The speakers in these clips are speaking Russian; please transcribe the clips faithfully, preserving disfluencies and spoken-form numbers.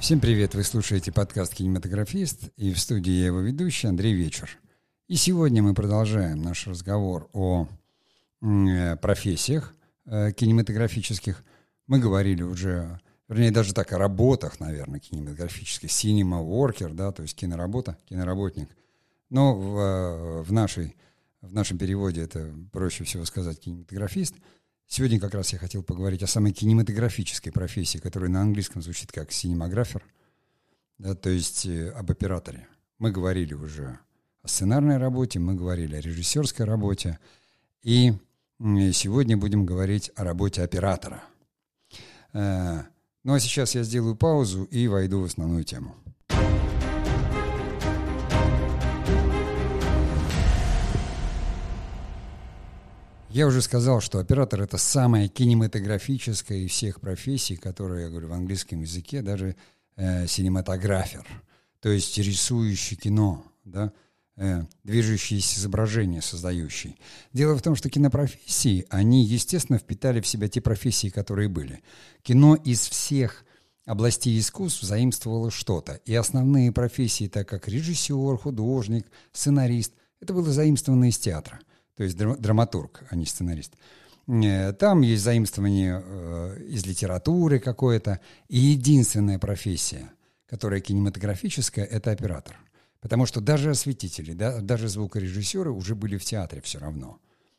Всем привет! Вы слушаете подкаст «Кинематографист», и в студии я его ведущий Андрей Вечер. И сегодня мы продолжаем наш разговор о э, профессиях э, кинематографических. Мы говорили уже, вернее, даже так, о работах, наверное, кинематографических. Cinema worker, да, то есть киноработа, киноработник. Но в, в, нашей, в нашем переводе это проще всего сказать кинематографист. Сегодня как раз я хотел поговорить о самой кинематографической профессии, которая на английском звучит как синематографер, да, то есть э, об операторе. Мы говорили уже о сценарной работе, мы говорили о режиссерской работе, и э, сегодня будем говорить о работе оператора. Э, ну а сейчас я сделаю паузу и войду в основную тему. Я уже сказал, что оператор — это самая кинематографическая из всех профессий, которые, я говорю, в английском языке даже э, синематографер, то есть рисующий кино, да, э, движущиеся изображения создающий. Дело в том, что кинопрофессии, они, естественно, впитали в себя те профессии, которые были. Кино из всех областей искусств заимствовало что-то. И основные профессии, так как режиссер, художник, сценарист, это было заимствовано из театра. То есть драматург, а не сценарист. Там есть заимствование э, из литературы какое-то. И единственная профессия, которая кинематографическая, это оператор. Потому что даже осветители, да, даже звукорежиссеры уже были в театре все равно.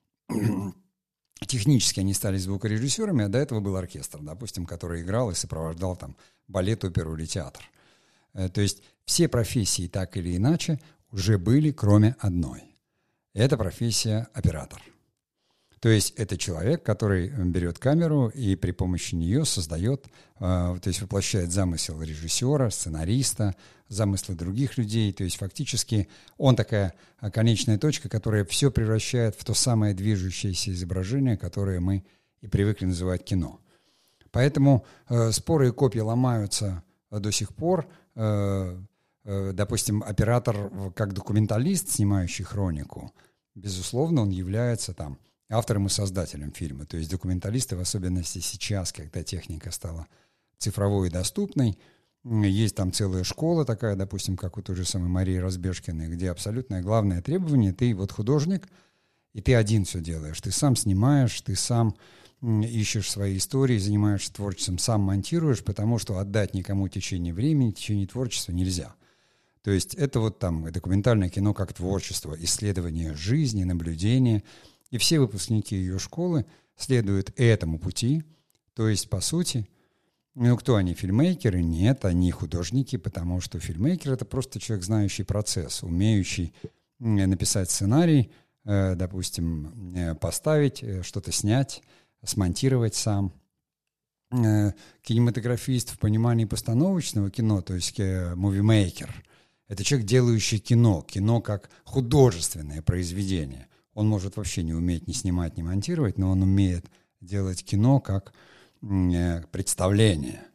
Технически они стали звукорежиссерами, а до этого был оркестр, допустим, который играл и сопровождал там балет, оперу или театр. Э, то есть все профессии так или иначе уже были, кроме одной. Это профессия оператор. То есть это человек, который берет камеру и при помощи нее создает, э, то есть воплощает замысел режиссера, сценариста, замыслы других людей. То есть фактически он такая конечная точка, которая все превращает в то самое движущееся изображение, которое мы и привыкли называть кино. Поэтому э, споры и копья ломаются до сих пор. Э, Допустим, оператор как документалист, снимающий хронику, безусловно, он является там автором и создателем фильма. То есть документалисты, в особенности сейчас, когда техника стала цифровой и доступной, есть там целая школа такая, допустим, как у той же самой Марии Разбежкиной, где абсолютное главное требование — ты вот художник, и ты один все делаешь. Ты сам снимаешь, ты сам ищешь свои истории, занимаешься творчеством, сам монтируешь, потому что отдать никому в течение времени, в течение творчества нельзя. То есть это вот там документальное кино как творчество, исследование жизни, наблюдение. И все выпускники ее школы следуют этому пути. То есть, по сути, ну кто они, фильммейкеры? Нет, они художники, потому что фильммейкер — это просто человек, знающий процесс, умеющий написать сценарий, допустим, поставить, что-то снять, смонтировать сам. Кинематографист в понимании постановочного кино, то есть мувимейкер — это человек, делающий кино, кино как художественное произведение. Он может вообще не уметь ни снимать, ни монтировать, но он умеет делать кино как представление.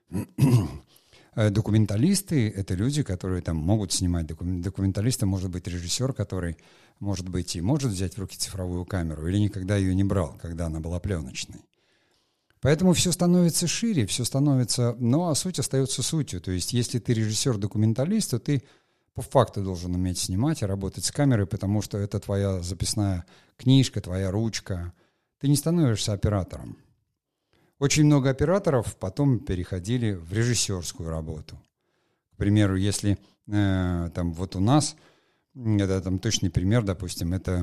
Документалисты — это люди, которые там могут снимать. Документалистом может быть режиссер, который, может быть, и может взять в руки цифровую камеру, или никогда ее не брал, когда она была пленочной. Поэтому все становится шире, все становится... Ну, а суть остается сутью. То есть если ты режиссер-документалист, то ты по факту должен уметь снимать и работать с камерой, потому что это твоя записная книжка, твоя ручка. Ты не становишься оператором. Очень много операторов потом переходили в режиссерскую работу. К примеру, если э, там вот у нас, это там точный пример, допустим, это...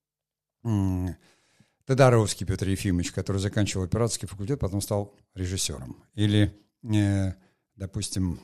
Э, Тодоровский Петр Ефимович, который заканчивал операторский факультет, потом стал режиссером. Или, э, допустим,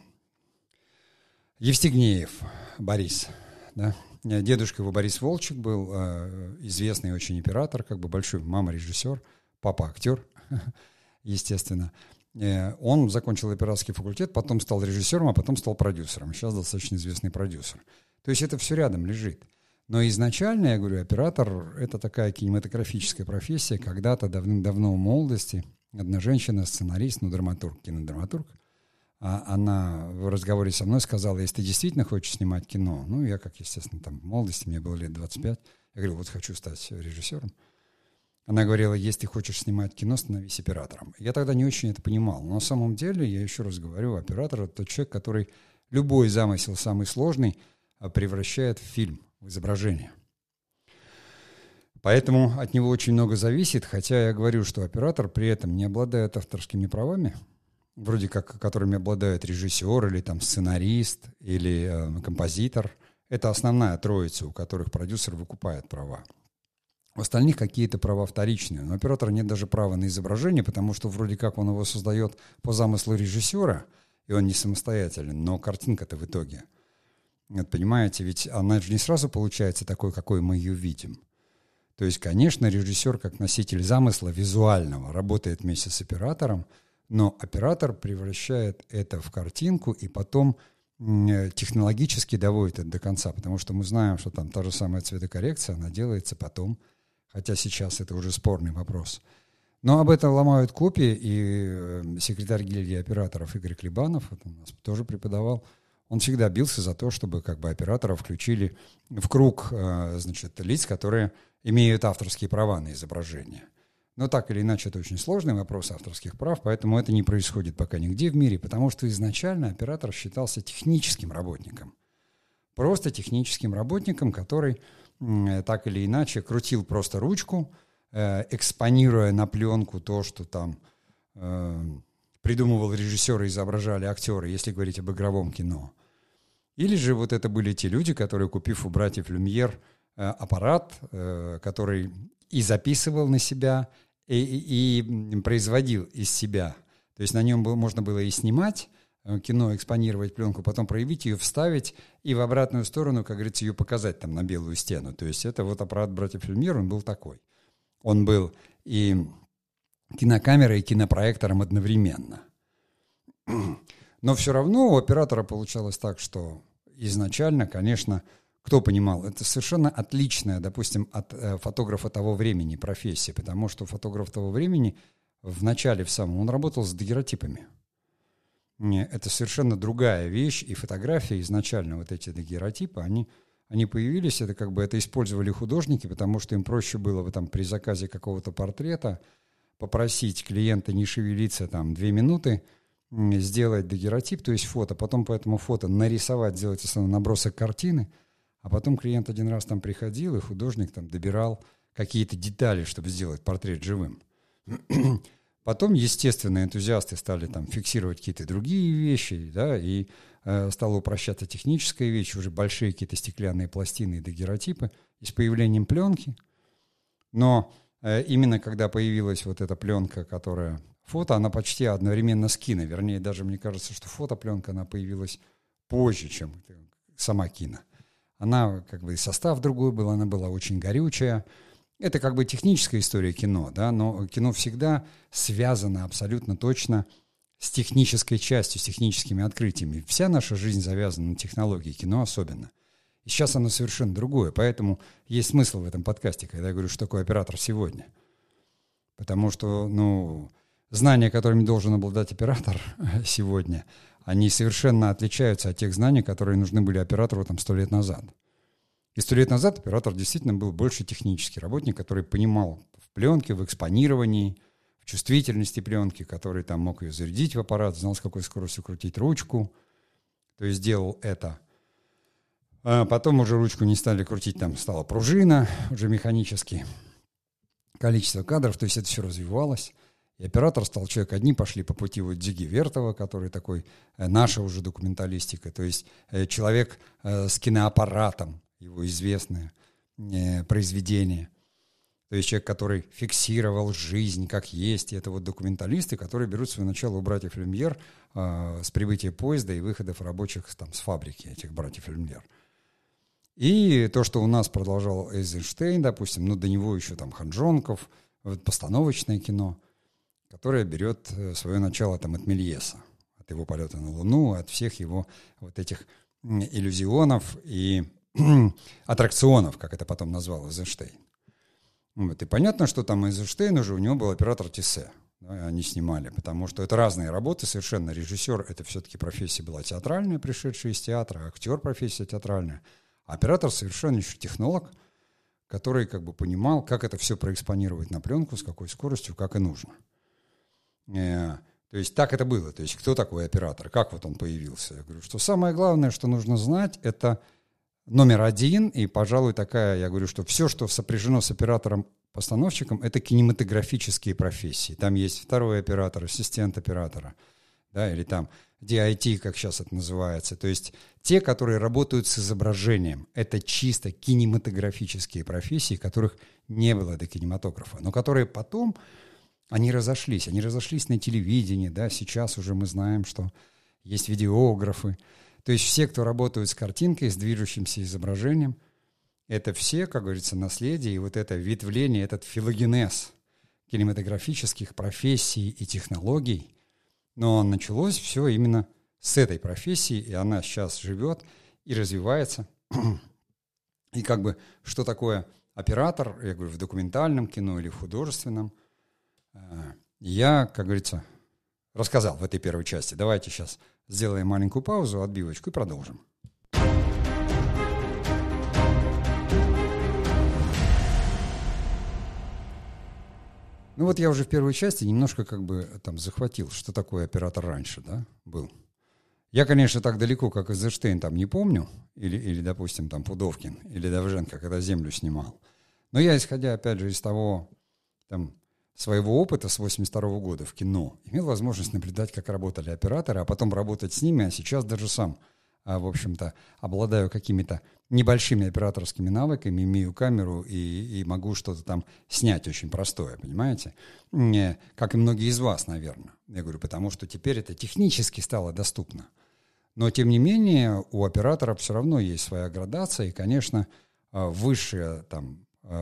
Евстигнеев Борис. Да? Дедушка его Борис Волчек был э, известный очень оператор, как бы большой, мама режиссер, папа актер, естественно. Э, он закончил операторский факультет, потом стал режиссером, а потом стал продюсером. Сейчас достаточно известный продюсер. То есть это все рядом лежит. Но изначально, я говорю, оператор — это такая кинематографическая профессия. Когда-то давным-давно в молодости одна женщина, сценарист, ну, драматург, кинодраматург, а она в разговоре со мной сказала: если ты действительно хочешь снимать кино, ну, я, как, естественно, там в молодости, мне было лет двадцать пять, я говорю, вот хочу стать режиссером. Она говорила, если ты хочешь снимать кино, становись оператором. Я тогда не очень это понимал. Но на самом деле, я еще раз говорю, оператор — это тот человек, который любой замысел, самый сложный, превращает в фильм, в изображение. Поэтому от него очень много зависит, хотя я говорю, что оператор при этом не обладает авторскими правами, вроде как которыми обладает режиссер или там сценарист или э, композитор. Это основная троица, у которых продюсер выкупает права. У остальных какие-то права вторичные. Но у оператора нет даже права на изображение, потому что вроде как он его создает по замыслу режиссера, и он не самостоятелен, но картинка-то в итоге. Вот, понимаете, ведь она же не сразу получается такой, какой мы ее видим. То есть, конечно, режиссер как носитель замысла визуального работает вместе с оператором, но оператор превращает это в картинку и потом э, технологически доводит это до конца, потому что мы знаем, что там та же самая цветокоррекция, она делается потом, хотя сейчас это уже спорный вопрос. Но об этом ломают копии, и э, секретарь гильдии операторов Игорь Клебанов, это у нас тоже преподавал, он всегда бился за то, чтобы как бы операторов включили в круг э, значит, лиц, которые имеют авторские права на изображение. Но так или иначе это очень сложный вопрос авторских прав, поэтому это не происходит пока нигде в мире, потому что изначально оператор считался техническим работником. Просто техническим работником, который э, так или иначе крутил просто ручку, э, экспонируя на пленку то, что там э, придумывал режиссер и изображали актеры, если говорить об игровом кино. Или же вот это были те люди, которые, купив у братьев Люмьер э, аппарат, э, который и записывал на себя, и, и, и производил из себя. То есть на нем было, можно было и снимать э, кино, экспонировать пленку, потом проявить ее, вставить и в обратную сторону, как говорится, ее показать там на белую стену. То есть это вот аппарат братьев Люмьер, он был такой. Он был и кинокамерой, и кинопроектором одновременно. Но все равно у оператора получалось так, что изначально, конечно, кто понимал, это совершенно отличная, допустим, от э, фотографа того времени профессия, потому что фотограф того времени в начале, в самом, он работал с дагеротипами. Это совершенно другая вещь, и фотографии изначально, вот эти дагеротипы, они, они появились, это как бы это использовали художники, потому что им проще было бы там при заказе какого-то портрета попросить клиента не шевелиться там две минуты, сделать дагеротип, то есть фото, потом по этому фото нарисовать, сделать основной набросок картины, а потом клиент один раз там приходил, и художник там добирал какие-то детали, чтобы сделать портрет живым. Потом, естественно, энтузиасты стали там фиксировать какие-то другие вещи, да, и э, стала упрощаться техническая вещь, уже большие какие-то стеклянные пластины и дагеротипы, и с появлением пленки. Но э, именно когда появилась вот эта пленка, которая фото, она почти одновременно с кино. Вернее, даже мне кажется, что фотопленка, она появилась позже, чем сама кино. Она как бы и состав другой был, она была очень горючая. Это как бы техническая история кино, да, но кино всегда связано абсолютно точно с технической частью, с техническими открытиями. Вся наша жизнь завязана на технологии, кино особенно. И сейчас оно совершенно другое. Поэтому есть смысл в этом подкасте, когда я говорю, что такое оператор сегодня. Потому что, ну... знания, которыми должен обладать оператор сегодня, они совершенно отличаются от тех знаний, которые нужны были оператору там сто лет назад. И сто лет назад оператор действительно был больше технический работник, который понимал в пленке, в экспонировании, в чувствительности пленки, который там мог ее зарядить в аппарат, знал, с какой скоростью крутить ручку, то есть делал это. А потом уже ручку не стали крутить, там стала пружина, уже механически. Количество кадров, то есть это все развивалось. И оператор стал человек, одни пошли по пути вот Дзиги Вертова, который такой, э, наша уже документалистика, то есть э, человек э, с киноаппаратом, его известное э, произведение. То есть человек, который фиксировал жизнь как есть. И это вот документалисты, которые берут свое начало у братьев Люмьер э, с прибытия поезда и выходов рабочих там, с фабрики этих братьев Люмьер. И то, что у нас продолжал Эйзенштейн, допустим, ну до него еще там Ханжонков, вот, постановочное кино, которая берет свое начало там, от Мельеса, от его полета на Луну, от всех его вот этих иллюзионов и аттракционов, как это потом назвал Эйзенштейн. Вот. И понятно, что там Эйзенштейн уже, у него был оператор Тиссе, да, они снимали, потому что это разные работы совершенно. Режиссер — это все-таки профессия была театральная, пришедшая из театра, актер — профессия театральная, а оператор совершенно еще технолог, который как бы понимал, как это все проэкспонировать на пленку, с какой скоростью, как и нужно. Э, то есть так это было. То есть кто такой оператор, как вот он появился? Я говорю, что самое главное, что нужно знать, это номер один, и, пожалуй, такая, я говорю, что все, что сопряжено с оператором-постановщиком, это кинематографические профессии. Там есть второй оператор, ассистент оператора, да, или там ди ай ти, как сейчас это называется. То есть те, которые работают с изображением. Это чисто кинематографические профессии, которых не было до кинематографа, но которые потом, они разошлись. Они разошлись на телевидении, да, сейчас уже мы знаем, что есть видеографы. То есть все, кто работают с картинкой, с движущимся изображением, это все, как говорится, наследие, и вот это ветвление, этот филогенез кинематографических профессий и технологий. Но началось все именно с этой профессии, и она сейчас живет и развивается. И как бы, что такое оператор, я говорю, в документальном кино или в художественном, я, как говорится, рассказал в этой первой части. Давайте сейчас сделаем маленькую паузу, отбивочку и продолжим. Ну вот я уже в первой части немножко как бы там захватил, что такое оператор раньше, да, был. Я, конечно, так далеко, как Эйзенштейн, там не помню, или, или, допустим, там Пудовкин, или Довженко, когда «Землю» снимал. Но я, исходя, опять же, из того там, своего опыта с восемьдесят второго года в кино, имел возможность наблюдать, как работали операторы, а потом работать с ними, а сейчас даже сам, в общем-то, обладаю какими-то небольшими операторскими навыками, имею камеру и, и могу что-то там снять очень простое, понимаете? Как и многие из вас, наверное. Я говорю, потому что теперь это технически стало доступно. Но, тем не менее, у оператора все равно есть своя градация, и, конечно, высшая там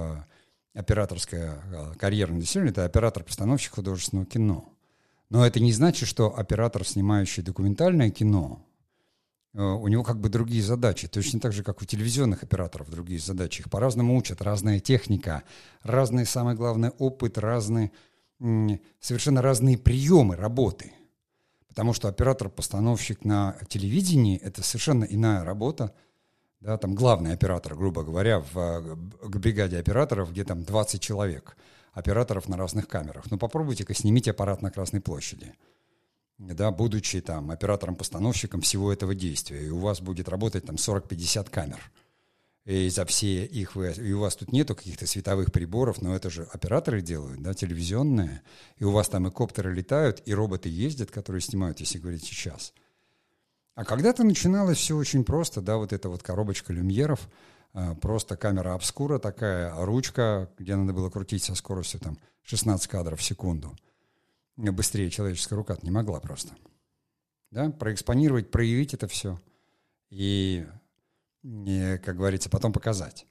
операторская карьерная достижение — это оператор-постановщик художественного кино. Но это не значит, что оператор, снимающий документальное кино, у него как бы другие задачи. Точно так же, как у телевизионных операторов другие задачи. Их по-разному учат, разная техника, разный, самое главное, опыт, разные, совершенно разные приемы работы. Потому что оператор-постановщик на телевидении — это совершенно иная работа. Да, там главный оператор, грубо говоря, в, в бригаде операторов, где там двадцать человек, операторов на разных камерах. Ну, попробуйте-ка снимите аппарат на Красной площади, да, будучи там оператором-постановщиком всего этого действия. И у вас будет работать там сорок-пятьдесят камер. И за все их вы... И у вас тут нету каких-то световых приборов, но это же операторы делают, да, телевизионные. И у вас там и коптеры летают, и роботы ездят, которые снимают, если говорить сейчас. А когда-то начиналось все очень просто, да, вот эта вот коробочка люмьеров, просто камера обскура такая, ручка, где надо было крутить со скоростью там шестнадцать кадров в секунду. Быстрее человеческая рука не могла просто. Да, проэкспонировать, проявить это все и, и, как говорится, потом показать.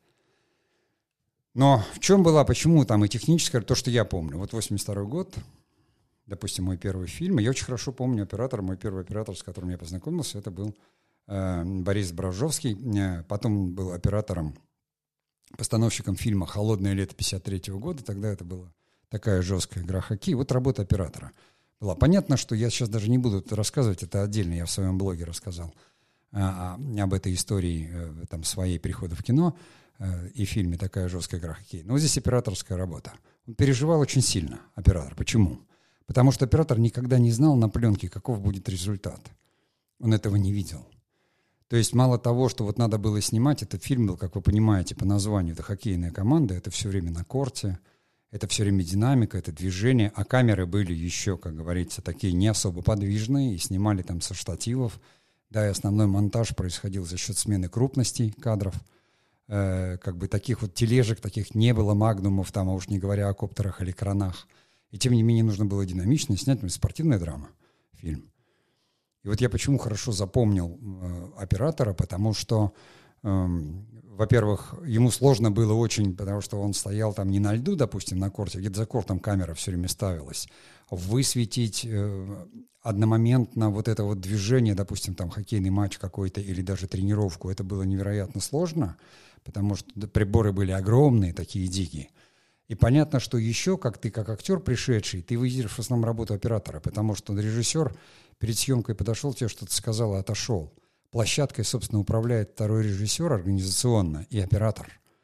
Но в чем была, почему там и техническая, то, что я помню. Вот восемьдесят второй год, допустим, мой первый фильм. Я очень хорошо помню оператор, мой первый оператор, с которым я познакомился, это был э, Борис Брожовский. Потом он был оператором, постановщиком фильма «Холодное лето» пятьдесят третьего года. Тогда это была такая жесткая игра хоккей. Вот работа оператора была. Понятно, что я сейчас даже не буду это рассказывать, это отдельно, я в своем блоге рассказал а, а, об этой истории э, там, своей прихода в кино э, и фильме «Такая жесткая игра хоккей». Но вот здесь операторская работа. Он переживал очень сильно, оператор. Почему? Потому что оператор никогда не знал на пленке, каков будет результат. Он этого не видел. То есть мало того, что вот надо было снимать, этот фильм был, как вы понимаете, по названию, это хоккейная команда, это все время на корте, это все время динамика, это движение, а камеры были еще, как говорится, такие не особо подвижные, и снимали там со штативов. Да, и основной монтаж происходил за счет смены крупностей кадров. Э, как бы таких вот тележек, таких не было, магнумов, там, а уж не говоря о коптерах или кранах. И тем не менее нужно было динамично снять, ну, спортивная драма, фильм. И вот я почему хорошо запомнил э, оператора, потому что, э, во-первых, ему сложно было очень, потому что он стоял там не на льду, допустим, на корте, где-то за кортом камера все время ставилась. Высветить э, одномоментно вот это вот движение, допустим, там хоккейный матч какой-то или даже тренировку, это было невероятно сложно, потому что приборы были огромные, такие дикие. И понятно, что еще, как ты, как актер пришедший, ты видишь в основном работу оператора, потому что режиссер перед съемкой подошел, тебе что-то сказал и отошел. Площадкой, собственно, управляет второй режиссер организационно и оператор.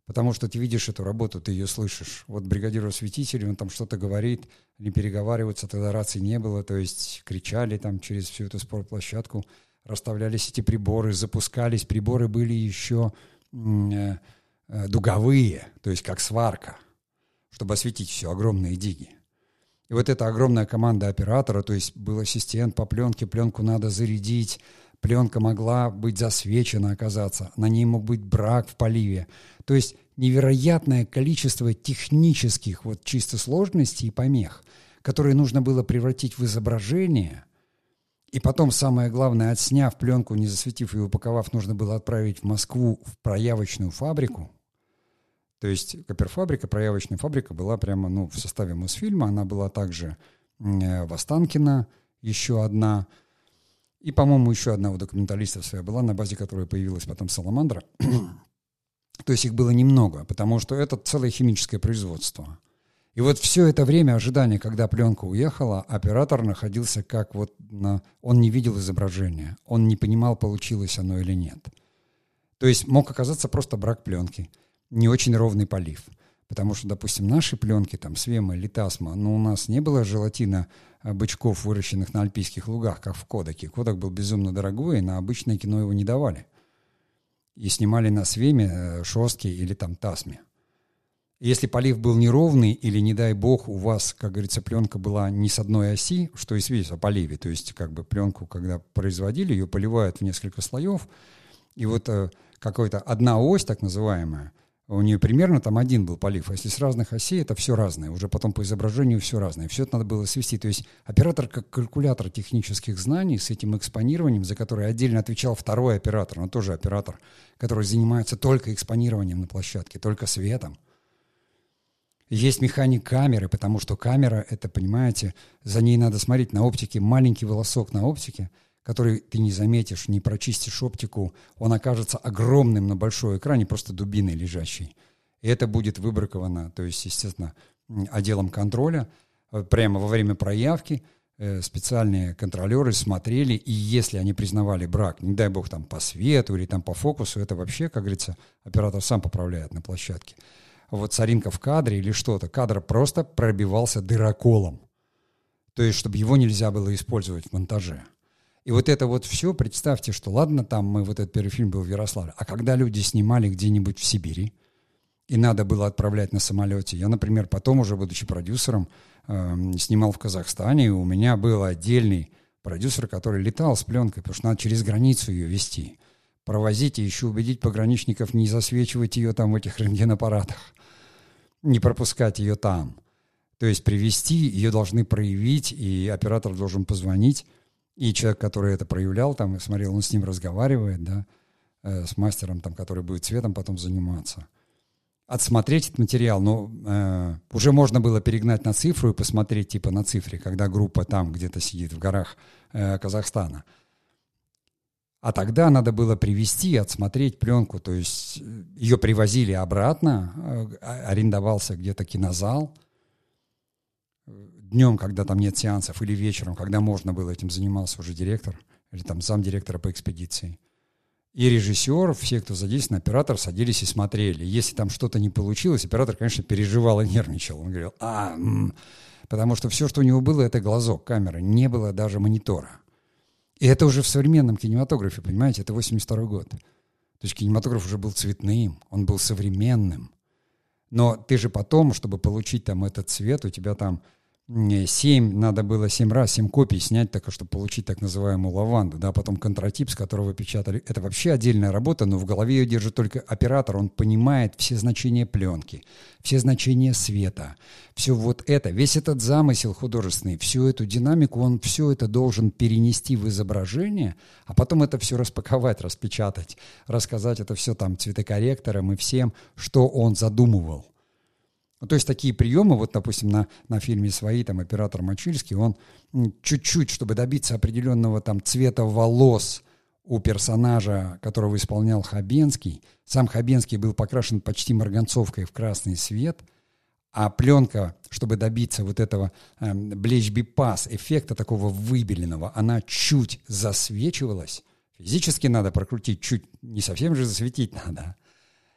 Потому что ты видишь эту работу, ты ее слышишь. Вот бригадир-осветитель, он там что-то говорит, они переговариваются, тогда рации не было, то есть кричали там через всю эту спортплощадку, расставлялись эти приборы, запускались. Приборы были еще э, э, дуговые, то есть как сварка, чтобы осветить все, огромные диги. И вот эта огромная команда оператора, то есть был ассистент по пленке, пленку надо зарядить, пленка могла быть засвечена, оказаться, на ней мог быть брак в поливе. То есть невероятное количество технических вот чисто сложностей и помех, которые нужно было превратить в изображение, и потом, самое главное, отсняв пленку, не засветив и упаковав, нужно было отправить в Москву в проявочную фабрику. То есть копперфабрика, проявочная фабрика была прямо ну, в составе Мосфильма, она была также э, в Останкино, еще одна. И, по-моему, еще одна у документалистов своя была, на базе которой появилась потом «Саламандра». То есть их было немного, потому что это целое химическое производство. И вот все это время ожидания, когда пленка уехала, оператор находился как вот на... Он не видел изображения, он не понимал, получилось оно или нет. То есть мог оказаться просто брак пленки, не очень ровный полив. Потому что, допустим, наши пленки, там, Свема или Тасма, но у нас не было желатина бычков, выращенных на альпийских лугах, как в Кодаке. Кодак был безумно дорогой, и на обычное кино его не давали. И снимали на Свеме, Шостке или там Тасме. И если полив был неровный, или, не дай бог, у вас, как говорится, пленка была не с одной оси, что и свидетельствует о поливе, то есть как бы пленку, когда производили, ее поливают в несколько слоев, и вот э, какая-то одна ось, так называемая, у нее примерно там один был полив. А если с разных осей, это все разное. Уже потом по изображению все разное. Все это надо было свести. То есть оператор как калькулятор технических знаний с этим экспонированием, за которое отдельно отвечал второй оператор, но тоже оператор, который занимается только экспонированием на площадке, только светом. Есть механик камеры, потому что камера, это, понимаете, за ней надо смотреть на оптике. Маленький волосок на оптике, который ты не заметишь, не прочистишь оптику, он окажется огромным на большой экране, просто дубиной лежащей. И это будет выбраковано, то есть, естественно, отделом контроля. Прямо во время проявки специальные контролеры смотрели, и если они признавали брак, не дай бог там по свету или там по фокусу, это вообще, как говорится, оператор сам поправляет на площадке. Вот соринка в кадре или что-то, кадр просто пробивался дыроколом. То есть, чтобы его нельзя было использовать в монтаже. И вот это вот все, представьте, что ладно, там мы, вот этот первый фильм был в Ярославле, а когда люди снимали где-нибудь в Сибири, и надо было отправлять на самолете, я, например, потом уже, будучи продюсером, э, снимал в Казахстане, и у меня был отдельный продюсер, который летал с пленкой, потому что надо через границу ее везти, провозить и еще убедить пограничников не засвечивать ее там в этих рентгенаппаратах, не пропускать ее там. То есть привезти, ее должны проявить, и оператор должен позвонить. И человек, который это проявлял, там, смотрел, он с ним разговаривает, да, э, с мастером, там, который будет цветом потом заниматься. Отсмотреть этот материал, но э, уже можно было перегнать на цифру и посмотреть типа на цифре, когда группа там где-то сидит в горах э, Казахстана. А тогда надо было привезти, отсмотреть пленку, то есть ее привозили обратно, э, арендовался где-то кинозал, днем, когда там нет сеансов, или вечером, когда можно было, этим занимался уже директор или там замдиректора по экспедиции. И режиссер, все, кто задействован, оператор, садились и смотрели. Если там что-то не получилось, оператор, конечно, переживал и нервничал. Он говорил, а, м-м", потому что все, что у него было, это глазок камеры, не было даже монитора. И это уже в современном кинематографе, понимаете, это восемьдесят второй год. То есть кинематограф уже был цветным, он был современным. Но ты же потом, чтобы получить там этот цвет, у тебя там семь, надо было семь раз, семь копий снять, так, чтобы получить так называемую лаванду, да, потом контратип, с которого печатали. Это вообще отдельная работа, но в голове ее держит только оператор, он понимает все значения пленки, все значения света, все вот это, весь этот замысел художественный, всю эту динамику, он все это должен перенести в изображение, а потом это все распаковать, распечатать, рассказать это все там цветокорректорам и всем, что он задумывал. Ну, то есть такие приемы, вот, допустим, на, на фильме «Свои», там, оператор Мачильский, он чуть-чуть, чтобы добиться определенного там цвета волос у персонажа, которого исполнял Хабенский, сам Хабенский был покрашен почти марганцовкой в красный свет, а пленка, чтобы добиться вот этого э, блеч-бипас, эффекта такого выбеленного, она чуть засвечивалась, физически надо прокрутить, чуть, не совсем же засветить надо.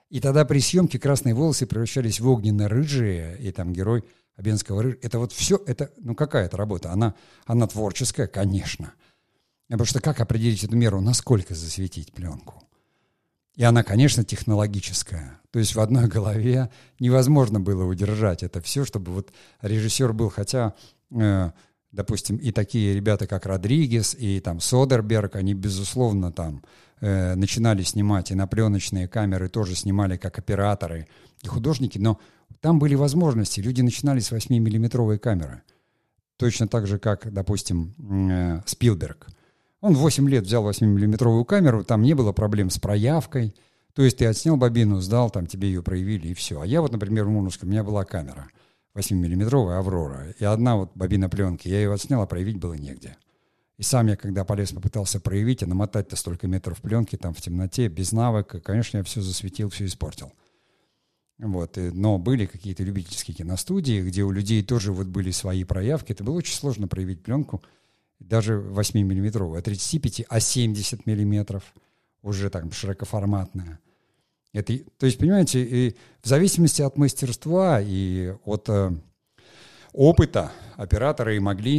И тогда при съемке красные волосы превращались в огненно-рыжие, и там герой Обенского рыжий. Это вот все, это, ну какая это работа? Она, она творческая, конечно. Потому что как определить эту меру, насколько засветить пленку? И она, конечно, технологическая. То есть в одной голове невозможно было удержать это все, чтобы вот режиссер был, хотя, э, допустим, и такие ребята, как Родригес, и там Содерберг, они, безусловно, там э, начинали снимать, и на пленочные камеры тоже снимали как операторы и художники, но там были возможности, люди начинали с восьмимиллиметровой камеры. Точно так же, как, допустим, э, Спилберг. Он в восемь лет взял восьмимиллиметровую камеру, там не было проблем с проявкой. То есть ты отснял бобину, сдал, там тебе ее проявили, и все. А я вот, например, в Мурманске, у меня была камера восьмимиллиметровая «Аврора», и одна вот бобина пленки, я ее отснял, а проявить было негде. И сам я, когда полез, попытался проявить, а намотать-то столько метров пленки там в темноте, без навыка, конечно, я все засветил, все испортил. Вот, и, но были какие-то любительские киностудии, где у людей тоже вот были свои проявки. Это было очень сложно проявить пленку, даже восьмимиллиметровую, а тридцать пять, а семьдесят миллиметров, уже там широкоформатная. Это, то есть, понимаете, и в зависимости от мастерства и от э, опыта операторы могли,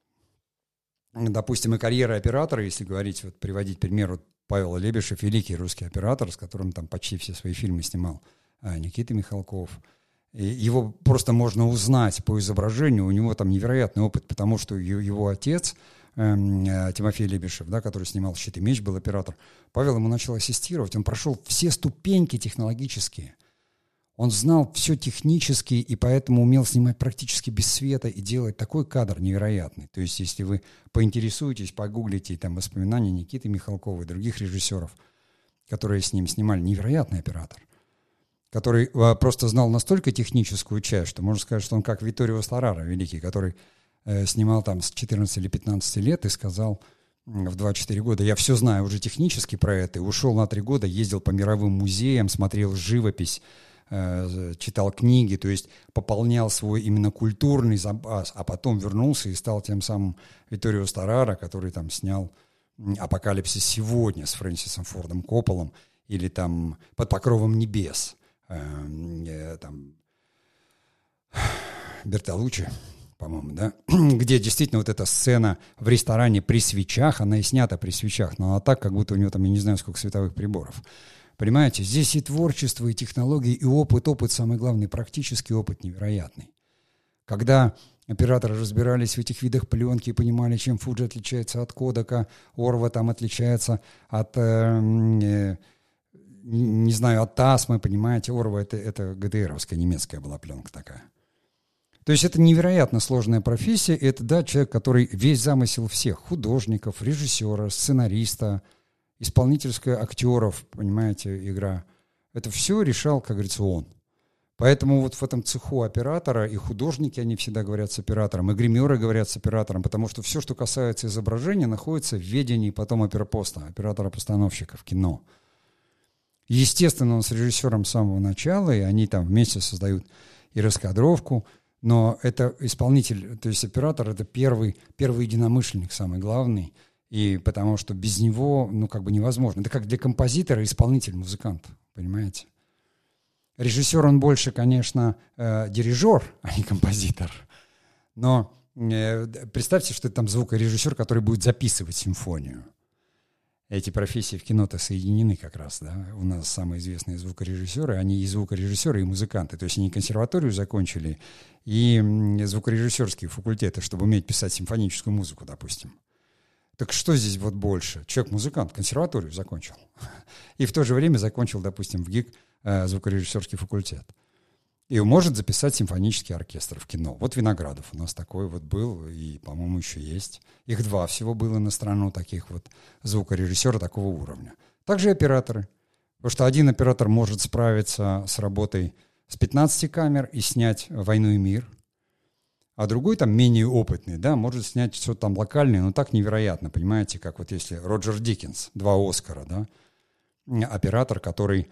допустим, и карьера оператора, если говорить, вот приводить пример, вот Павел Лебешев, великий русский оператор, с которым там почти все свои фильмы снимал а, Никита Михалков. И его просто можно узнать по изображению, у него там невероятный опыт, потому что его отец, э, Тимофей Лебешев, да, который снимал «Щит и меч», был оператор, Павел ему начал ассистировать, он прошел все ступеньки технологические, он знал все технически и поэтому умел снимать практически без света и делать такой кадр невероятный. То есть если вы поинтересуетесь, погуглите там воспоминания Никиты Михалкова и других режиссеров, которые с ним снимали, невероятный оператор, который а, просто знал настолько техническую часть, что можно сказать, что он как Витторио Старара, великий, который э, снимал там с четырнадцати или пятнадцати лет и сказал в двадцать четыре года, я все знаю уже технически про это, и ушел на три года, ездил по мировым музеям, смотрел живопись, э, читал книги, то есть пополнял свой именно культурный запас, а потом вернулся и стал тем самым Витторио Старара, который там снял «Апокалипсис сегодня» с Фрэнсисом Фордом Копполом или там «Под покровом небес». Там Бертолуччи, по-моему, да, где действительно вот эта сцена в ресторане при свечах, она и снята при свечах, но она так, как будто у него там, я не знаю, сколько световых приборов. Понимаете, здесь и творчество, и технологии, и опыт, опыт, самый главный, практический опыт невероятный. Когда операторы разбирались в этих видах пленки и понимали, чем Фуджи отличается от Кодека, Орва там отличается от... Э, не знаю, от Тасмы, понимаете, Орва это, это ГДРовская, немецкая была пленка такая. То есть это невероятно сложная профессия, и это, да, человек, который весь замысел всех, художников, режиссера, сценариста, исполнительская, актеров, понимаете, игра, это все решал, как говорится, он. Поэтому вот в этом цеху оператора и художники, они всегда говорят с оператором, и гримеры говорят с оператором, потому что все, что касается изображения, находится в ведении потом оперпоста, оператора-постановщика в кино. Естественно, он с режиссером с самого начала, и они там вместе создают и раскадровку, но это исполнитель, то есть оператор — это первый, первый единомышленник, самый главный, и потому что без него, ну, как бы невозможно. Это как для композитора исполнитель, музыкант, понимаете? Режиссер, он больше, конечно, э, дирижер, а не композитор, но э, представьте, что это там звукорежиссер, который будет записывать симфонию. Эти профессии в кино-то соединены как раз, да. У нас самые известные звукорежиссеры, они и звукорежиссеры, и музыканты. То есть они консерваторию закончили, и звукорежиссерские факультеты, чтобы уметь писать симфоническую музыку, допустим. Так что здесь вот больше? Человек-музыкант, консерваторию закончил. И в то же время закончил, допустим, в ГИК звукорежиссерский факультет. И может записать симфонический оркестр в кино. Вот Виноградов у нас такой вот был, и, по-моему, еще есть. Их два всего было на страну, таких вот звукорежиссера такого уровня. Также и операторы. Потому что один оператор может справиться с работой с пятнадцати камер и снять «Войну и мир», а другой там менее опытный, да, может снять что-то там локальное, но так невероятно, понимаете, как вот если Роджер Диккенс, два Оскара, да, оператор, который...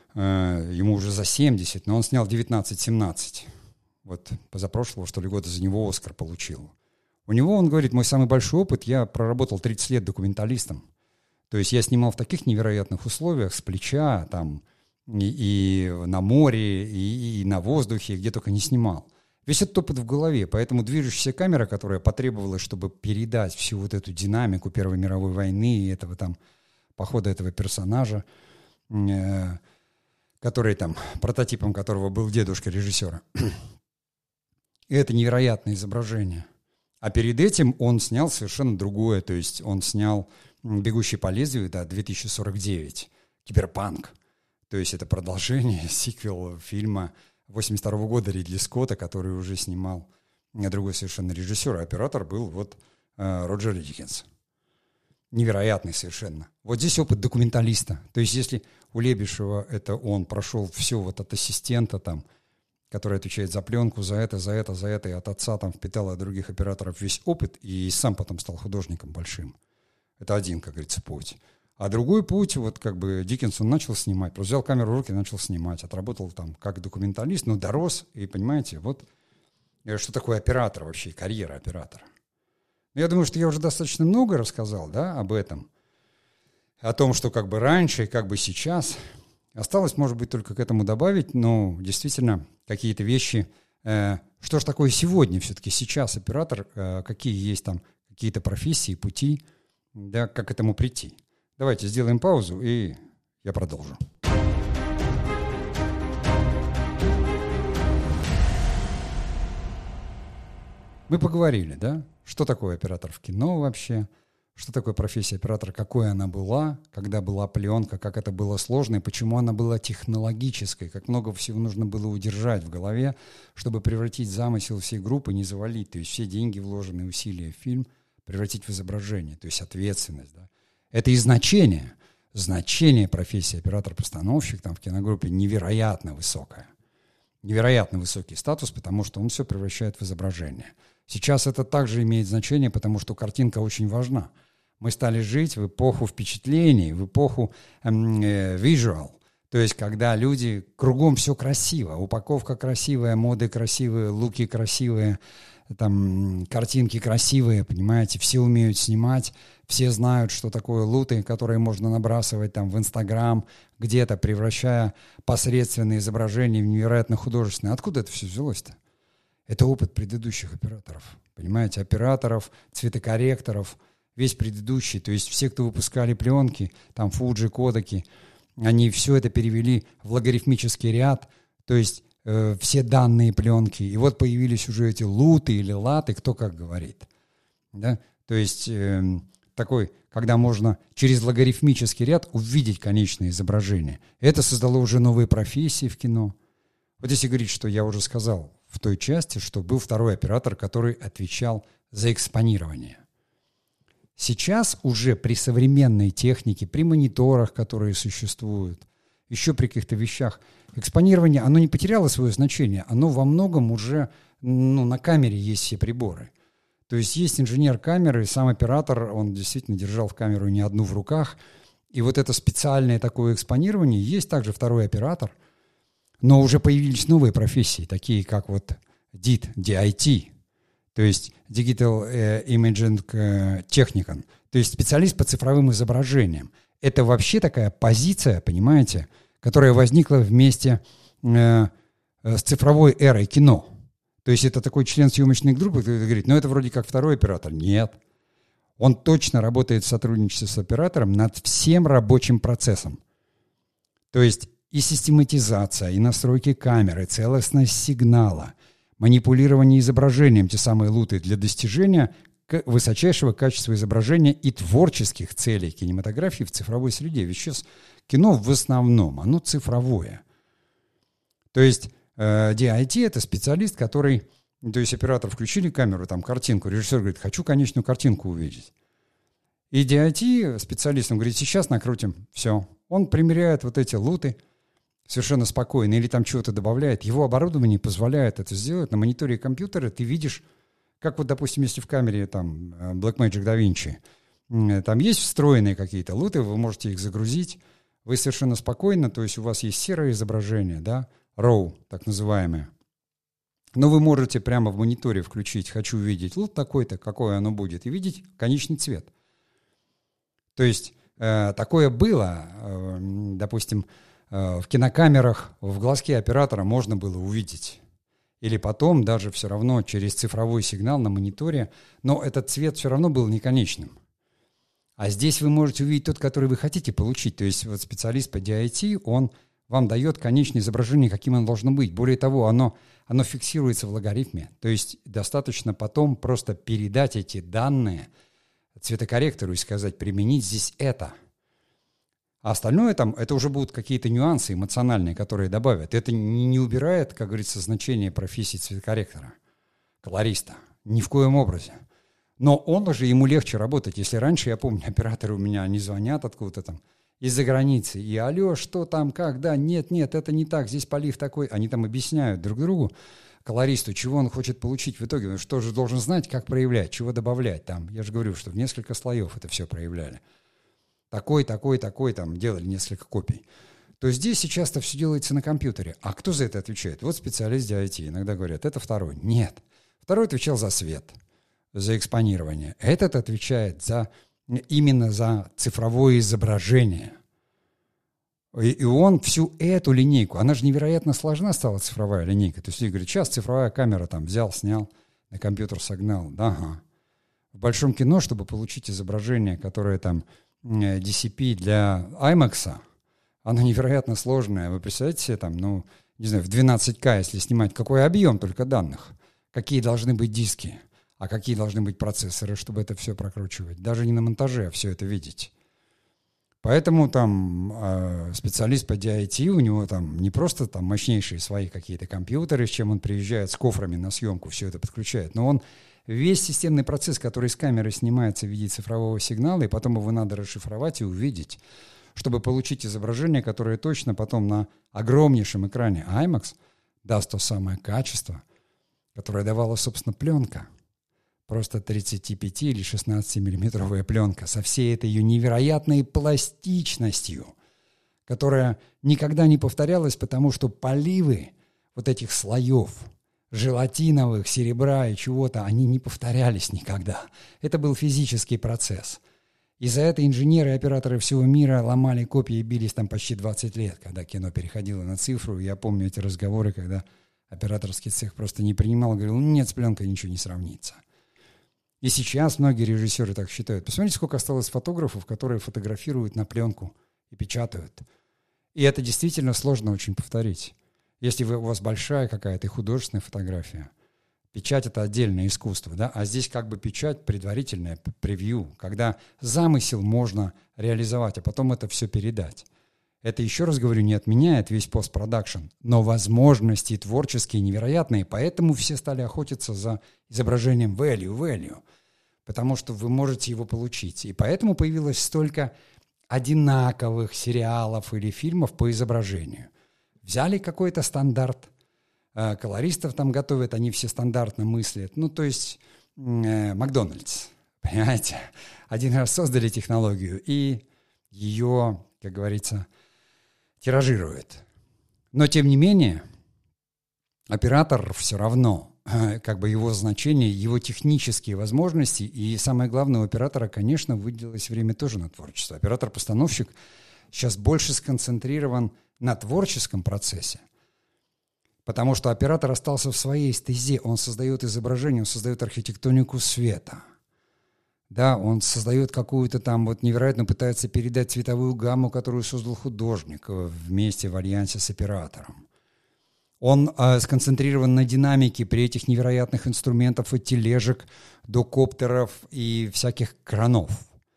ему уже за семьдесят, но он снял девятнадцать семнадцать. Вот позапрошлого, что ли, года за него Оскар получил. У него, он говорит, мой самый большой опыт, я проработал тридцать лет документалистом. То есть я снимал в таких невероятных условиях, с плеча, там, и, и на море, и, и на воздухе, где только не снимал. Весь этот опыт в голове, поэтому движущаяся камера, которая потребовалась, чтобы передать всю вот эту динамику Первой мировой войны и этого там похода этого персонажа, э, который там, прототипом которого был дедушка режиссера. И это невероятное изображение. А перед этим он снял совершенно другое, то есть он снял «Бегущий по лезвию», да, две тысячи сорок девять, «Киберпанк». То есть это продолжение, сиквел фильма восемьдесят второго года Ридли Скотта, который уже снимал другой совершенно режиссер, а оператор был вот э, Роджер Диккенс. Невероятный совершенно. Вот здесь опыт документалиста. То есть если у Лебешева это он прошел все вот от ассистента там, который отвечает за пленку, за это, за это, за это, и от отца там впитал от других операторов весь опыт, и сам потом стал художником большим. Это один, как говорится, путь. А другой путь, вот как бы Диккенс, он начал снимать, просто взял камеру в руки и начал снимать, отработал там как документалист, но дорос, и понимаете, вот что такое оператор вообще, карьера оператора. Я думаю, что я уже достаточно много рассказал, да, об этом, о том, что как бы раньше и как бы сейчас. Осталось, может быть, только к этому добавить, но действительно какие-то вещи, э, что же такое сегодня все-таки, сейчас оператор, э, какие есть там какие-то профессии, пути, да, как к этому прийти. Давайте сделаем паузу, и я продолжу. Мы поговорили, да, что такое оператор в кино вообще, что такое профессия оператора, какой она была, когда была пленка, как это было сложно и почему она была технологической, как много всего нужно было удержать в голове, чтобы превратить замысел всей группы, не завалить, то есть все деньги, вложенные усилия в фильм, превратить в изображение, то есть ответственность. Да. Это и значение, значение профессии оператор-постановщик там в киногруппе невероятно высокое. Невероятно высокий статус, потому что он все превращает в изображение. Сейчас это также имеет значение, потому что картинка очень важна. Мы стали жить в эпоху впечатлений, в эпоху э, visual, то есть когда люди, кругом все красиво, упаковка красивая, моды красивые, луки красивые, там, картинки красивые, понимаете, все умеют снимать, все знают, что такое луты, которые можно набрасывать там в Инстаграм, где-то превращая посредственные изображения в невероятно художественные. Откуда это все взялось-то? Это опыт предыдущих операторов, понимаете, операторов, цветокорректоров, весь предыдущий, то есть все, кто выпускали пленки, там Fuji, Kodak, они все это перевели в логарифмический ряд, то есть э, все данные пленки, и вот появились уже эти луты или латы, кто как говорит, да, то есть э, такой, когда можно через логарифмический ряд увидеть конечное изображение. Это создало уже новые профессии в кино. Вот если говорить, что я уже сказал в той части, что был второй оператор, который отвечал за экспонирование. Сейчас уже при современной технике, при мониторах, которые существуют, еще при каких-то вещах, экспонирование, оно не потеряло свое значение, оно во многом уже, ну, на камере есть все приборы. То есть есть инженер камеры, сам оператор, он действительно держал в камеру не одну в руках, и вот это специальное такое экспонирование, есть также второй оператор, но уже появились новые профессии, такие как вот ди ай ти, ди ай ти, то есть Digital Imaging Technician, то есть специалист по цифровым изображениям. Это вообще такая позиция, понимаете, которая возникла вместе э, с цифровой эрой кино. То есть это такой член съемочной группы, который говорит, ну это вроде как второй оператор. Нет. Он точно работает в сотрудничестве с оператором над всем рабочим процессом. То есть и систематизация, и настройки камеры, целостность сигнала, манипулирование изображением, те самые луты, для достижения высочайшего качества изображения и творческих целей кинематографии в цифровой среде. Ведь сейчас кино в основном, оно цифровое. То есть э, ди ай ти – это специалист, который, то есть оператор включили камеру, там картинку, режиссер говорит, хочу конечную картинку увидеть. И ди ай ти специалист, он говорит, сейчас накрутим, все. Он примеряет вот эти луты, совершенно спокойно, или там чего-то добавляет. Его оборудование позволяет это сделать. На мониторе компьютера ты видишь, как вот, допустим, если в камере там Blackmagic DaVinci, там есть встроенные какие-то луты, вы можете их загрузить, вы совершенно спокойно, то есть у вас есть серое изображение, да, RAW, так называемое. Но вы можете прямо в мониторе включить «хочу видеть лут такой-то, какое оно будет», и видеть конечный цвет. То есть э, такое было, э, допустим, э, в кинокамерах в глазке оператора можно было увидеть. Или потом даже все равно через цифровой сигнал на мониторе, но этот цвет все равно был не конечным. А здесь вы можете увидеть тот, который вы хотите получить. То есть вот специалист по ди ай ти, он вам дает конечное изображение, каким оно должно быть. Более того, оно, оно фиксируется в логарифме. То есть достаточно потом просто передать эти данные цветокорректору и сказать, применить здесь это. А остальное там, это уже будут какие-то нюансы эмоциональные, которые добавят. Это не, не убирает, как говорится, значение профессии цветокорректора, колориста. Ни в коем образе. Но он уже, ему легче работать. Если раньше, я помню, операторы у меня, они звонят откуда-то там, из-за границы. И алло, что там, как, да, нет, нет, это не так, здесь полив такой. Они там объясняют друг другу, колористу, чего он хочет получить в итоге. Он что же должен знать, как проявлять, чего добавлять там. Я же говорю, что в несколько слоев это все проявляли. Такой, такой, такой, там делали несколько копий. То здесь сейчас-то все делается на компьютере. А кто за это отвечает? Вот специалист ди ай ти. Иногда говорят, это второй. Нет. Второй отвечал за свет, за экспонирование. Этот отвечает за, именно за цифровое изображение. И, и он всю эту линейку, она же невероятно сложна стала, цифровая линейка. То есть люди говорят, сейчас цифровая камера там взял, снял, на компьютер согнал. Да, ага. В большом кино, чтобы получить изображение, которое там ди си пи для аймакс, оно невероятно сложное. Вы представляете себе там, ну, не знаю, в двенадцать ка, если снимать, какой объем только данных, какие должны быть диски, а какие должны быть процессоры, чтобы это все прокручивать. Даже не на монтаже, а все это видеть. Поэтому там э, специалист по ди ай ти, у него там не просто там мощнейшие свои какие-то компьютеры, с чем он приезжает, с кофрами на съемку, все это подключает, но он весь системный процесс, который с камеры снимается в виде цифрового сигнала, и потом его надо расшифровать и увидеть, чтобы получить изображение, которое точно потом на огромнейшем экране аймакс даст то самое качество, которое давала, собственно, пленка. Просто тридцать пять или шестнадцатимиллиметровая пленка со всей этой ее невероятной пластичностью, которая никогда не повторялась, потому что поливы вот этих слоев желатиновых, серебра и чего-то, они не повторялись никогда. Это был физический процесс. И за это инженеры и операторы всего мира ломали копии и бились там почти двадцать лет, когда кино переходило на цифру. Я помню эти разговоры, когда операторский цех просто не принимал, говорил, нет, с пленкой ничего не сравнится. И сейчас многие режиссеры так считают. Посмотрите, сколько осталось фотографов, которые фотографируют на пленку и печатают. И это действительно сложно очень повторить. Если вы, у вас большая какая-то художественная фотография, печать — это отдельное искусство, да? А здесь как бы печать предварительная, превью, когда замысел можно реализовать, а потом это все передать. Это, еще раз говорю, не отменяет весь постпродакшн, но возможности творческие невероятные, поэтому все стали охотиться за изображением value, value, потому что вы можете его получить. И поэтому появилось столько одинаковых сериалов или фильмов по изображению. Взяли какой-то стандарт, э, колористов там готовят, они все стандартно мыслят. Ну, то есть э, Макдональдс, понимаете? Один раз создали технологию, и ее, как говорится, тиражирует. Но, тем не менее, оператор все равно, как бы его значение, его технические возможности, и самое главное, у оператора, конечно, выделилось время тоже на творчество. Оператор-постановщик сейчас больше сконцентрирован на творческом процессе, потому что оператор остался в своей стезе, он создает изображение, он создает архитектонику света. Да, он создает какую-то там, вот невероятно пытается передать цветовую гамму, которую создал художник вместе в альянсе с оператором. Он э, сконцентрирован на динамике при этих невероятных инструментах от тележек до коптеров и всяких кранов.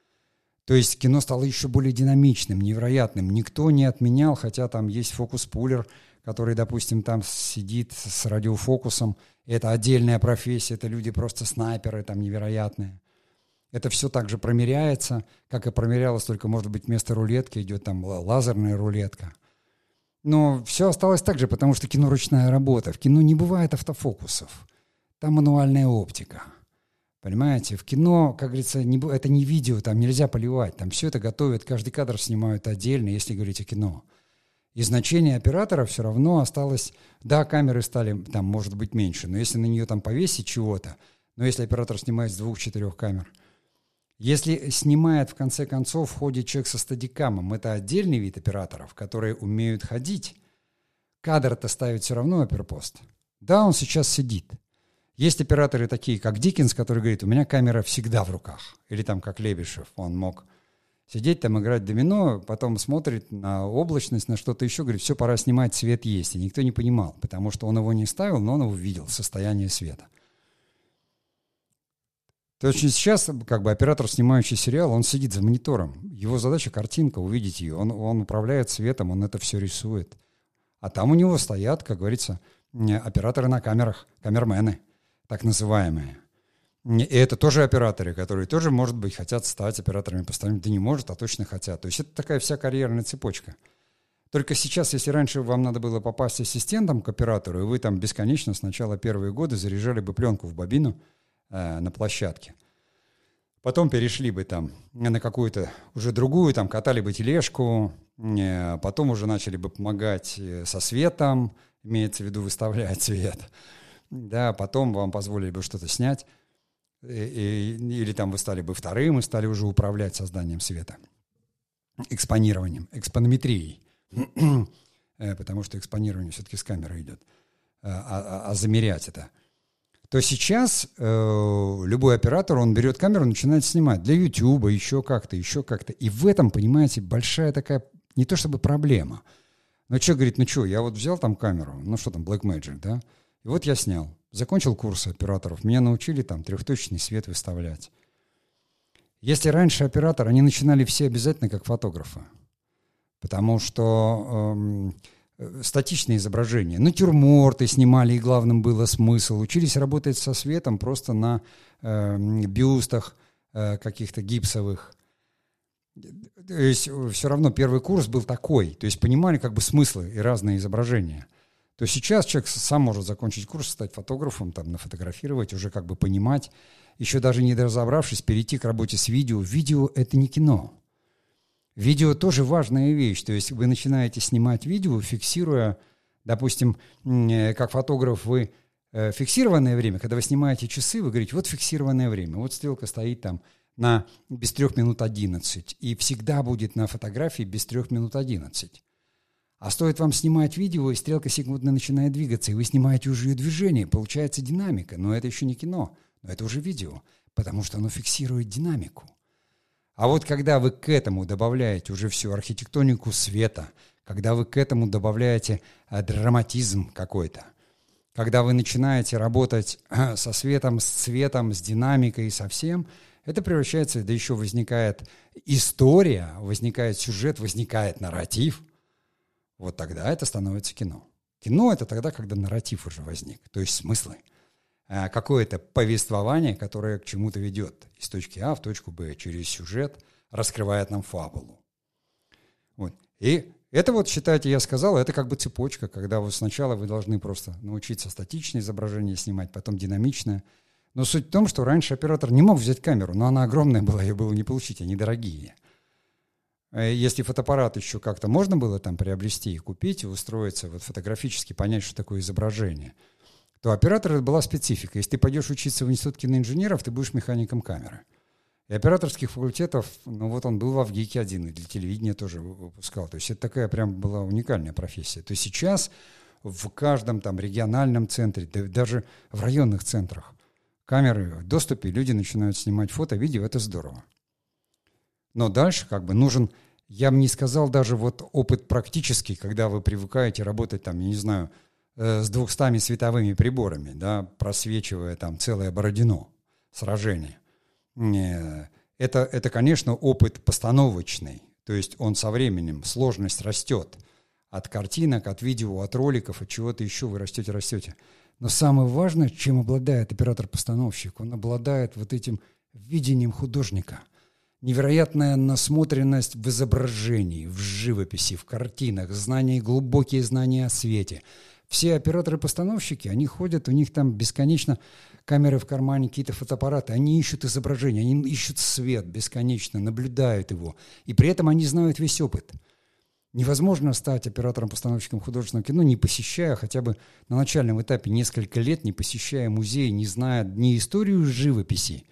То есть кино стало еще более динамичным, невероятным. Никто не отменял, хотя там есть фокус-пулер, который, допустим, там сидит с радиофокусом. Это отдельная профессия, это люди просто снайперы там невероятные. Это все так же промеряется, как и промерялось, только, может быть, вместо рулетки идет там лазерная рулетка. Но все осталось так же, потому что кино ручная работа. В кино не бывает автофокусов. Там мануальная оптика. Понимаете? В кино, как говорится, не, это не видео, там нельзя поливать. Там все это готовят, каждый кадр снимают отдельно, если говорить о кино. И значение оператора все равно осталось... Да, камеры стали, там, может быть, меньше, но если на нее там повесить чего-то, но если оператор снимает с двух-четырех камер, Если снимает, в конце концов, ходит человек со стадикамом, это отдельный вид операторов, которые умеют ходить. Кадр-то ставит все равно оперпост. Да, он сейчас сидит. Есть операторы такие, как Диккенс, который говорит, у меня камера всегда в руках. Или там, как Лебешев, он мог сидеть там, играть домино, потом смотрит на облачность, на что-то еще, говорит, все, пора снимать, свет есть. И никто не понимал, потому что он его не ставил, но он его видел, состояние света. То есть сейчас, как бы, оператор, снимающий сериал, он сидит за монитором. Его задача — картинка, увидеть ее. Он, он управляет светом, он это все рисует. А там у него стоят, как говорится, операторы на камерах, камермены, так называемые. И это тоже операторы, которые тоже, может быть, хотят стать операторами постоянно. Да не может, а точно хотят. То есть это такая вся карьерная цепочка. Только сейчас, если раньше вам надо было попасть ассистентом к оператору, и вы там бесконечно с начала первые годы заряжали бы пленку в бобину э, на площадке. Потом перешли бы там на какую-то уже другую, там катали бы тележку, э, потом уже начали бы помогать со светом, имеется в виду выставлять свет. Да, потом вам позволили бы что-то снять. И, или там вы стали бы вторым и стали уже управлять созданием света, экспонированием, экспонометрией, потому что экспонирование все-таки с камеры идет, а, а, а замерять это. То сейчас э, любой оператор, он берет камеру, начинает снимать для YouTube, еще как-то, еще как-то. И в этом, понимаете, большая такая, не то чтобы проблема, но человек говорит, ну что, я вот взял там камеру, ну что там, Blackmagic, да, и вот я снял. Закончил курсы операторов, меня научили там трехточечный свет выставлять. Если раньше операторы, они начинали все обязательно как фотографы, потому что эм, статичные изображения, натюрморты снимали, и главным было смысл. Учились работать со светом просто на э, бюстах э, каких-то гипсовых. То есть все равно первый курс был такой, то есть понимали как бы смыслы и разные изображения. То сейчас человек сам может закончить курс, стать фотографом, там, нафотографировать, уже как бы понимать, еще даже не разобравшись, перейти к работе с видео. Видео — это не кино. Видео тоже важная вещь. То есть вы начинаете снимать видео, фиксируя, допустим, как фотограф вы фиксированное время, когда вы снимаете часы, вы говорите, вот фиксированное время, вот стрелка стоит там на без трех минут одиннадцать, и всегда будет на фотографии без трех минут одиннадцать. А стоит вам снимать видео, и стрелка секундно начинает двигаться, и вы снимаете уже ее движение, получается динамика. Но это еще не кино, но это уже видео, потому что оно фиксирует динамику. А вот когда вы к этому добавляете уже всю архитектонику света, когда вы к этому добавляете а, драматизм какой-то, когда вы начинаете работать а, со светом, с цветом, с динамикой, со всем, это превращается, да еще возникает история, возникает сюжет, возникает нарратив. Вот тогда это становится кино. Кино — это тогда, когда нарратив уже возник, то есть смыслы. Какое-то повествование, которое к чему-то ведет из точки А в точку Б, через сюжет раскрывает нам фабулу. Вот. И это вот, считайте, я сказал, это как бы цепочка, когда вот сначала вы должны просто научиться статичное изображение снимать, потом динамичное. Но суть в том, что раньше оператор не мог взять камеру, но она огромная была, ее было не получить, они дорогие. Если фотоаппарат еще как-то можно было там приобрести и купить, и устроиться, вот фотографически понять, что такое изображение, то оператор — это была специфика. Если ты пойдешь учиться в институт киноинженеров, ты будешь механиком камеры. И операторских факультетов, ну вот он был в Авгике один, и для телевидения тоже выпускал. То есть это такая прям была уникальная профессия. То есть сейчас в каждом там региональном центре, да даже в районных центрах камеры в доступе, люди начинают снимать фото, видео, это здорово. Но дальше как бы нужен, я бы не сказал даже вот опыт практический, когда вы привыкаете работать там, я не знаю, э, с двухстами световыми приборами, да, просвечивая там целое Бородино, сражение. Э, это, это, конечно, опыт постановочный, то есть он со временем, сложность растет от картинок, от видео, от роликов, от чего-то еще, вы растете, растете. Но самое важное, чем обладает оператор-постановщик, он обладает вот этим видением художника. Невероятная насмотренность в изображении, в живописи, в картинах, знания, глубокие знания о свете. Все операторы-постановщики, они ходят, у них там бесконечно камеры в кармане, какие-то фотоаппараты, они ищут изображение, они ищут свет бесконечно, наблюдают его. И при этом они знают весь опыт. Невозможно стать оператором-постановщиком художественного кино, не посещая хотя бы на начальном этапе несколько лет, не посещая музей, не зная ни историю живописи,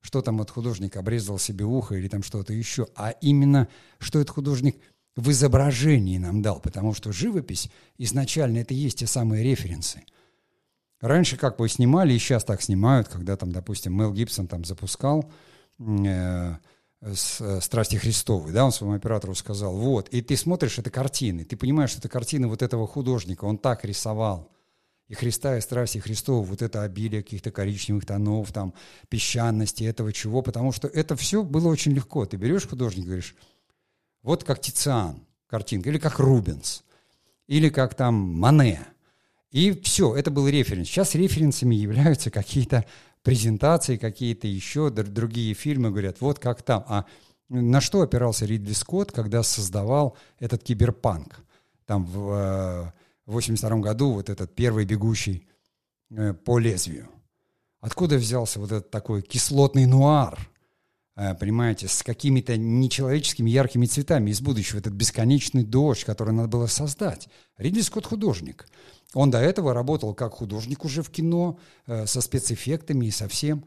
что там вот художник обрезал себе ухо или там что-то еще, а именно, что этот художник в изображении нам дал, потому что живопись изначально это и есть те самые референсы. Раньше как бы снимали, и сейчас так снимают, когда там, допустим, Мел Гибсон там запускал э, с, «Страсти Христовы», да, он своему оператору сказал, вот, и ты смотришь, это картины, ты понимаешь, что это картины вот этого художника, он так рисовал. И Христа, и страсти Христова, вот это обилие каких-то коричневых тонов, там, песчаности, этого чего, потому что это все было очень легко. Ты берешь художника, говоришь, вот как Тициан картинка, или как Рубенс, или как там Мане. И все, это был референс. Сейчас референсами являются какие-то презентации, какие-то еще другие фильмы, говорят, вот как там. А на что опирался Ридли Скотт, когда создавал этот киберпанк? Там в... В восемьдесят втором году вот этот первый «Бегущий э, по лезвию». Откуда взялся вот этот такой кислотный нуар, э, понимаете, с какими-то нечеловеческими яркими цветами из будущего, этот бесконечный дождь, который надо было создать. Ридли Скотт художник. Он до этого работал как художник уже в кино, э, со спецэффектами и со всем.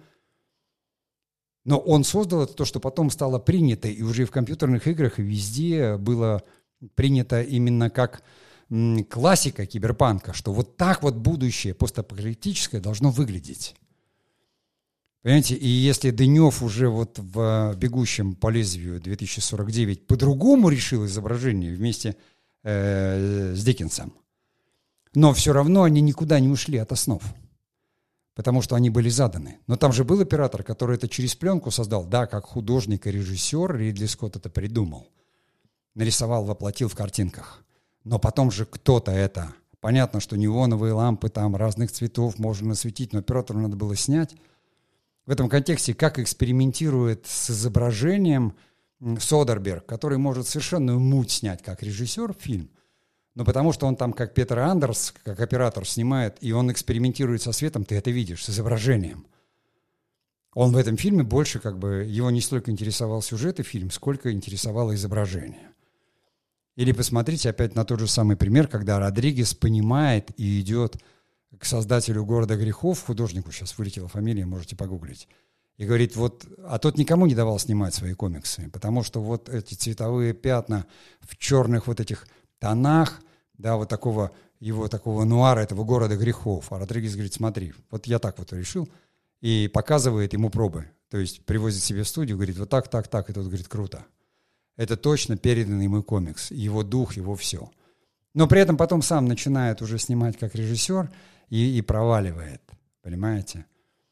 Но он создал это, то, что потом стало принято, и уже и в компьютерных играх, и везде было принято именно как... классика киберпанка, что вот так вот будущее постапокалиптическое должно выглядеть. Понимаете, и если Денев уже вот в «Бегущем по лезвию» две тысячи сорок девять по-другому решил изображение вместе э, с Диккенсом, но все равно они никуда не ушли от основ, потому что они были заданы. Но там же был оператор, который это через пленку создал, да, как художник и режиссер, Ридли Скотт это придумал, нарисовал, воплотил в картинках. Но потом же кто-то это... Понятно, что неоновые лампы там разных цветов можно насветить, но оператору надо было снять. В этом контексте, как экспериментирует с изображением Содерберг, который может совершенную муть снять как режиссер фильм, но потому что он там, как Петер Андерс, как оператор снимает, и он экспериментирует со светом, ты это видишь, с изображением. Он в этом фильме больше как бы... Его не столько интересовал сюжет и фильм, сколько интересовало изображение. Или посмотрите опять на тот же самый пример, когда Родригес понимает и идет к создателю «Города грехов», художнику, сейчас вылетела фамилия, можете погуглить, и говорит, вот, а тот никому не давал снимать свои комиксы, потому что вот эти цветовые пятна в черных вот этих тонах, да, вот такого, его такого нуара, этого «Города грехов». А Родригес говорит, смотри, вот я так вот решил, и показывает ему пробы, то есть привозит себе в студию, говорит, вот так, так, так, и тот говорит, круто. Это точно переданный мой комикс, его дух, его все. Но при этом потом сам начинает уже снимать как режиссер и, и проваливает, понимаете,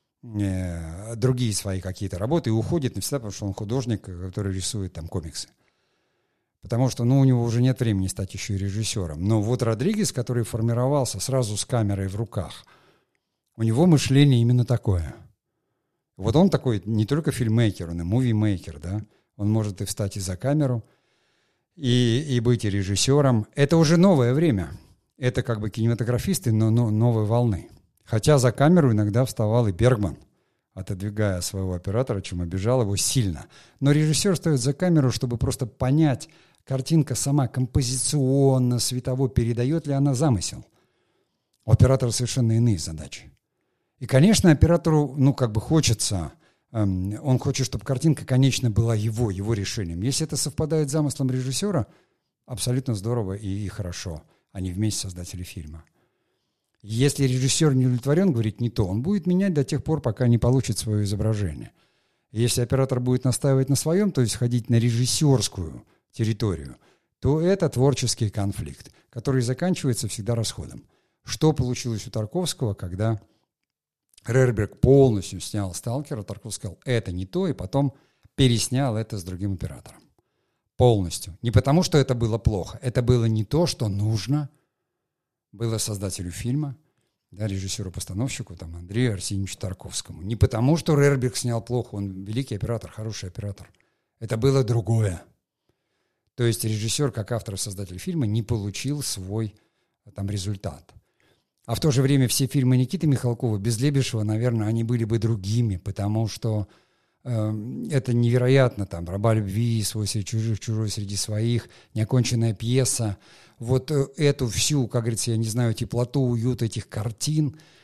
э, другие свои какие-то работы и уходит навсегда, потому что он художник, который рисует там комиксы. Потому что, ну, у него уже нет времени стать еще и режиссером. Но вот Родригес, который формировался сразу с камерой в руках, у него мышление именно такое. Вот он такой не только фильммейкер, он и мувимейкер, да. Он может и встать и за камеру, и, и быть и режиссером. Это уже новое время. Это как бы кинематографисты, но, но новой волны. Хотя за камеру иногда вставал и Бергман, отодвигая своего оператора, чем обижал его сильно. Но режиссер встает за камеру, чтобы просто понять, картинка сама композиционно, светово передает ли она замысел. У оператора совершенно иные задачи. И, конечно, оператору, ну, как бы хочется... Он хочет, чтобы картинка, конечно, была его, его решением. Если это совпадает с замыслом режиссера, абсолютно здорово и, и хорошо. Они вместе создатели фильма. Если режиссер не удовлетворен, говорит не то, он будет менять до тех пор, пока не получит свое изображение. Если оператор будет настаивать на своем, то есть ходить на режиссерскую территорию, то это творческий конфликт, который заканчивается всегда расходом. Что получилось у Тарковского, когда... Рерберг полностью снял «Сталкера», Тарковский сказал, это не то, и потом переснял это с другим оператором. Полностью. Не потому, что это было плохо. Это было не то, что нужно было создателю фильма, да, режиссеру-постановщику, там, Андрею Арсеньевичу Тарковскому. Не потому, что Рерберг снял плохо, он великий оператор, хороший оператор. Это было другое. То есть режиссер, как автор и создатель фильма, не получил свой там результат. А в то же время все фильмы Никиты Михалкова без Лебедева, наверное, они были бы другими, потому что э, это невероятно, там, «Раба любви», «Свой среди чужих, чужой среди своих», «Неоконченная пьеса». Вот э, эту всю, как говорится, я не знаю, теплоту, уют этих картин,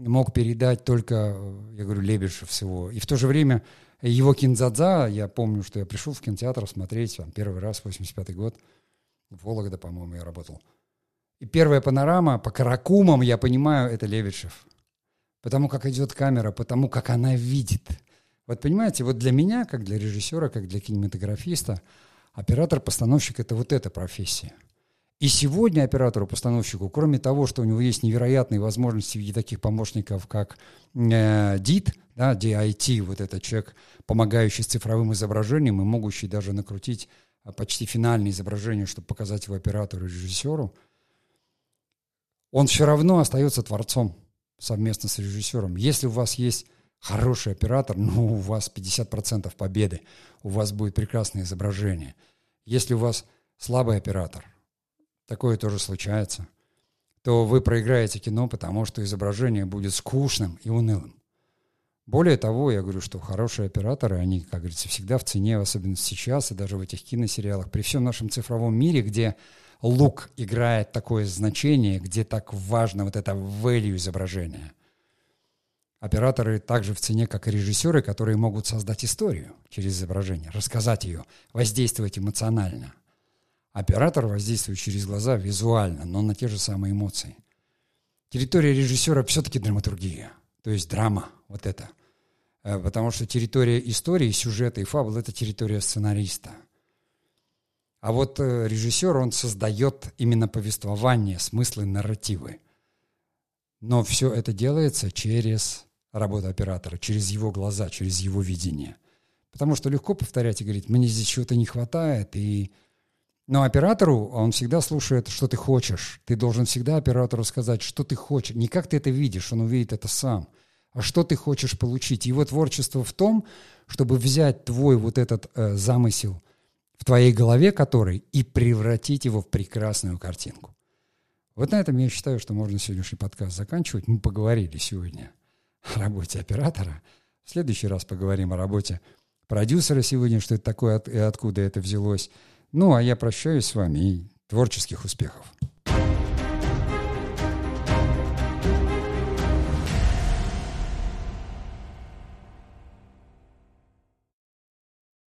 мог передать только, я говорю, Лебедев всего. И в то же время его «Киндзадза», я помню, что я пришел в кинотеатр смотреть там, первый раз, восемьдесят пятый год, в Вологда, по-моему, я работал. И первая панорама по каракумам, я понимаю, это Лебедев. Потому как идет камера, потому как она видит. Вот понимаете, вот для меня, как для режиссера, как для кинематографиста, оператор-постановщик — это вот эта профессия. И сегодня оператору-постановщику, кроме того, что у него есть невероятные возможности в виде таких помощников, как э, дит, да, ди ай ти, вот этот человек, помогающий с цифровым изображением и могущий даже накрутить почти финальное изображение, чтобы показать его оператору и режиссеру, он все равно остается творцом совместно с режиссером. Если у вас есть хороший оператор, ну, у вас пятьдесят процентов победы, у вас будет прекрасное изображение. Если у вас слабый оператор, такое тоже случается, то вы проиграете кино, потому что изображение будет скучным и унылым. Более того, я говорю, что хорошие операторы, они, как говорится, всегда в цене, особенно сейчас и даже в этих киносериалах. При всем нашем цифровом мире, где лук играет такое значение, где так важно вот это value изображения, операторы также в цене, как и режиссеры, которые могут создать историю через изображение, рассказать ее, воздействовать эмоционально. Оператор воздействует через глаза визуально, но на те же самые эмоции. Территория режиссера все-таки драматургия, то есть драма, вот это. Потому что территория истории, сюжета и фабул — это территория сценариста. А вот режиссер, он создает именно повествование, смыслы, нарративы. Но все это делается через работу оператора, через его глаза, через его видение. Потому что легко повторять и говорить: мне здесь чего-то не хватает, и... Но оператору, он всегда слушает, что ты хочешь. Ты должен всегда оператору сказать, что ты хочешь. Не как ты это видишь, он увидит это сам, а что ты хочешь получить. Его творчество в том, чтобы взять твой вот этот э, замысел в твоей голове, который, и превратить его в прекрасную картинку. Вот на этом я считаю, что можно сегодняшний подкаст заканчивать. Мы поговорили сегодня о работе оператора. В следующий раз поговорим о работе продюсера сегодня, что это такое и откуда это взялось. Ну, а я прощаюсь с вами и творческих успехов.